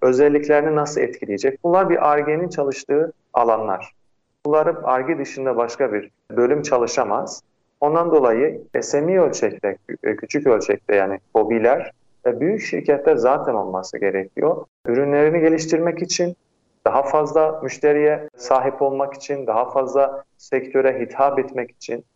özelliklerini nasıl etkileyecek? Bunlar bir Ar-Ge'nin çalıştığı alanlar. Bunları Ar-Ge dışında başka bir bölüm çalışamaz. Ondan dolayı SME ölçekte, küçük ölçekte yani KOBİ'ler büyük şirketler zaten olması gerekiyor. Ürünlerini geliştirmek için, daha fazla müşteriye sahip olmak için, daha fazla sektöre hitap etmek için,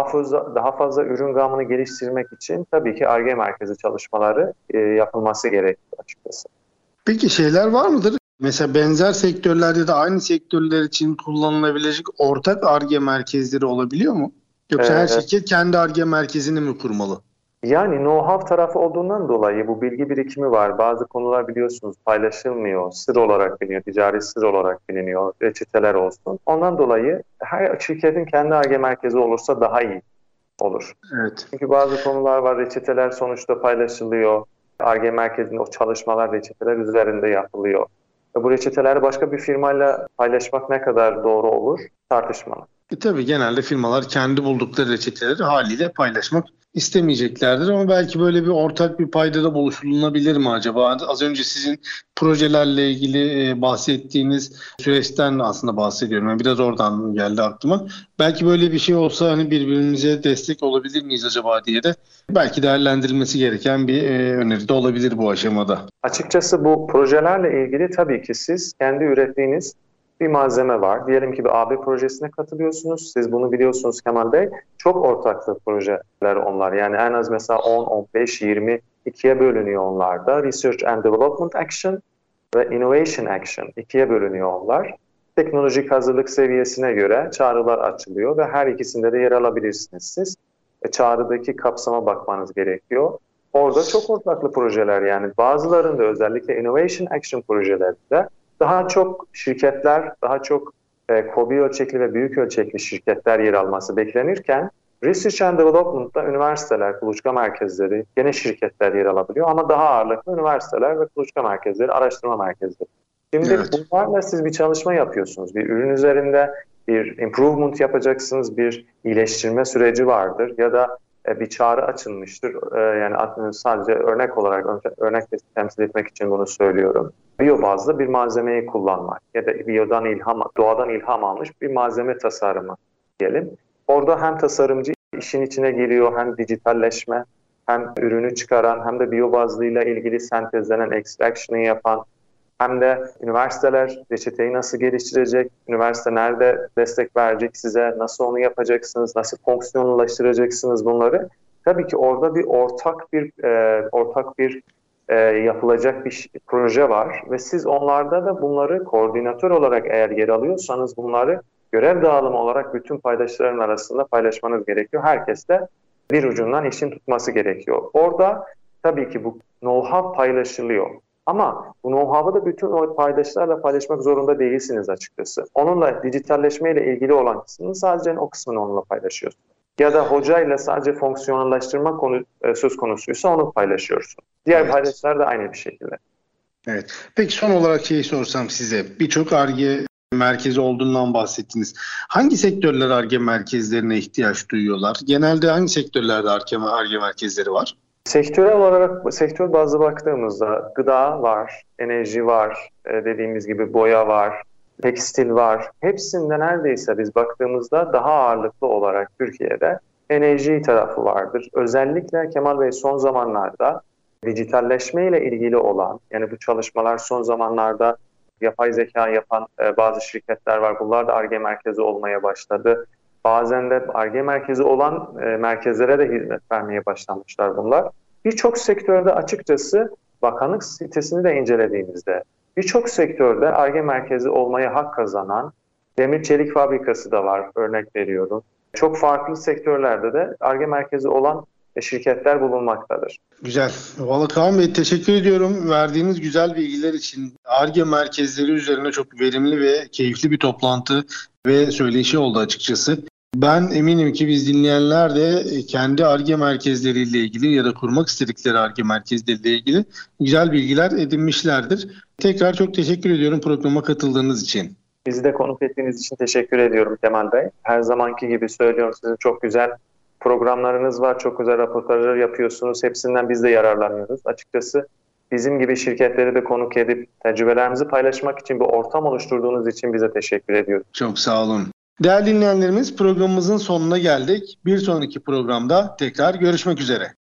daha fazla ürün gamını geliştirmek için tabii ki Ar-Ge merkezi çalışmaları yapılması gerekiyor açıkçası. Peki şeyler var mıdır? Mesela benzer sektörlerde de aynı sektörler için kullanılabilecek ortak Ar-Ge merkezleri olabiliyor mu? Yoksa her şirket kendi Ar-Ge merkezini mi kurmalı? Yani know-how tarafı olduğundan dolayı bu bilgi birikimi var. Bazı konular biliyorsunuz paylaşılmıyor, sır olarak biliniyor, ticari sır olarak biliniyor, reçeteler olsun. Ondan dolayı her şirketin kendi Ar-Ge merkezi olursa daha iyi olur. Evet. Çünkü bazı konular var, reçeteler sonuçta paylaşılıyor. Ar-Ge merkezinde o çalışmalar reçeteler üzerinde yapılıyor. Ve bu reçeteleri başka bir firmayla paylaşmak ne kadar doğru olur tartışmalı. Tabii genelde firmalar kendi buldukları reçeteleri haliyle paylaşmak istemeyeceklerdir ama belki böyle bir ortak bir paydada buluşulunabilir mi acaba? Az önce sizin projelerle ilgili bahsettiğiniz süreçten aslında bahsediyorum. Yani biraz oradan geldi aklıma. Belki böyle bir şey olsa hani birbirimize destek olabilir miyiz acaba diye de belki değerlendirilmesi gereken bir öneri de olabilir bu aşamada. Açıkçası bu projelerle ilgili tabii ki siz kendi ürettiğiniz bir malzeme var. Diyelim ki bir AB projesine katılıyorsunuz. Siz bunu biliyorsunuz Kemal Bey. Çok ortaklı projeler onlar. Yani en az mesela 10, 15, 20 ikiye bölünüyor onlar da. Research and Development Action ve Innovation Action ikiye bölünüyor onlar. Teknolojik hazırlık seviyesine göre çağrılar açılıyor ve her ikisinde de yer alabilirsiniz siz. Çağrıdaki kapsama bakmanız gerekiyor. Orada çok ortaklı projeler yani bazılarında özellikle Innovation Action projelerinde daha çok şirketler, daha çok KOBİ ölçekli ve büyük ölçekli şirketler yer alması beklenirken Research and Development'ta üniversiteler, kuluçka merkezleri, gene şirketler yer alabiliyor ama daha ağırlıklı üniversiteler ve kuluçka merkezleri, araştırma merkezleri. Şimdi bunlarla siz bir çalışma yapıyorsunuz. Bir ürün üzerinde bir improvement yapacaksınız, bir iyileştirme süreci vardır ya da bir çağrı açılmıştır. Yani sadece örnek olarak örnekle temsil etmek için bunu söylüyorum. Biyo bazlı bir malzemeyi kullanmak ya da doğadan ilham almış bir malzeme tasarımı diyelim. Orada hem tasarımcı işin içine giriyor, hem dijitalleşme, hem ürünü çıkaran, hem de biyo bazlıyla ilgili sentezlenen extraction'ı yapan, hem de üniversiteler reçeteyi nasıl geliştirecek, üniversite nerede destek verecek size, nasıl onu yapacaksınız, nasıl fonksiyonellaştıracaksınız bunları. Tabii ki orada bir ortak bir yapılacak bir proje var ve siz onlarda da bunları koordinatör olarak eğer yer alıyorsanız bunları görev dağılımı olarak bütün paydaşların arasında paylaşmanız gerekiyor. Herkes de bir ucundan işin tutması gerekiyor. Orada tabii ki bu know-how paylaşılıyor. Ama bu know-how'ı da bütün o paydaşlarla paylaşmak zorunda değilsiniz açıkçası. Onunla dijitalleşmeyle ilgili olan kısmını sadece o kısmını onunla paylaşıyorsunuz. Ya da hocayla sadece fonksiyonelleştirme söz konusuysa onu paylaşıyorsunuz. Diğer paydaşlar da aynı bir şekilde. Evet. Peki son olarak sorsam size. Birçok Ar-Ge merkezi olduğundan bahsettiniz. Hangi sektörler Ar-Ge merkezlerine ihtiyaç duyuyorlar? Genelde hangi sektörlerde Ar-Ge merkezleri var? Sektörel olarak sektör bazlı baktığımızda gıda var, enerji var, dediğimiz gibi boya var, tekstil var. Hepsinde neredeyse biz baktığımızda daha ağırlıklı olarak Türkiye'de enerji tarafı vardır. Özellikle Kemal Bey son zamanlarda dijitalleşme ile ilgili olan, yani bu çalışmalar son zamanlarda yapay zeka yapan bazı şirketler var. Bunlar da Ar-Ge merkezi olmaya başladı. Bazen de Ar-Ge merkezi olan merkezlere de hizmet vermeye başlamışlar bunlar. Birçok sektörde açıkçası bakanlık sitesini de incelediğimizde birçok sektörde Ar-Ge merkezi olmaya hak kazanan demir çelik fabrikası da var, örnek veriyorum. Çok farklı sektörlerde de Ar-Ge merkezi olan şirketler bulunmaktadır. Güzel. Vallahi Kaan Bey teşekkür ediyorum. Verdiğiniz güzel bilgiler için. Ar-Ge merkezleri üzerine çok verimli ve keyifli bir toplantı ve söyleşi oldu açıkçası. Ben eminim ki biz dinleyenler de kendi Ar-Ge merkezleriyle ilgili ya da kurmak istedikleri Ar-Ge merkezleriyle ilgili güzel bilgiler edinmişlerdir. Tekrar çok teşekkür ediyorum programa katıldığınız için. Bizi de konuk ettiğiniz için teşekkür ediyorum Kemal Bey. Her zamanki gibi söylüyorum, sizin çok güzel programlarınız var, çok güzel röportajlar yapıyorsunuz. Hepsinden biz de yararlanıyoruz. Açıkçası bizim gibi şirketleri de konuk edip tecrübelerimizi paylaşmak için bir ortam oluşturduğunuz için bize teşekkür ediyoruz. Çok sağ olun. Değerli dinleyenlerimiz, programımızın sonuna geldik. Bir sonraki programda tekrar görüşmek üzere.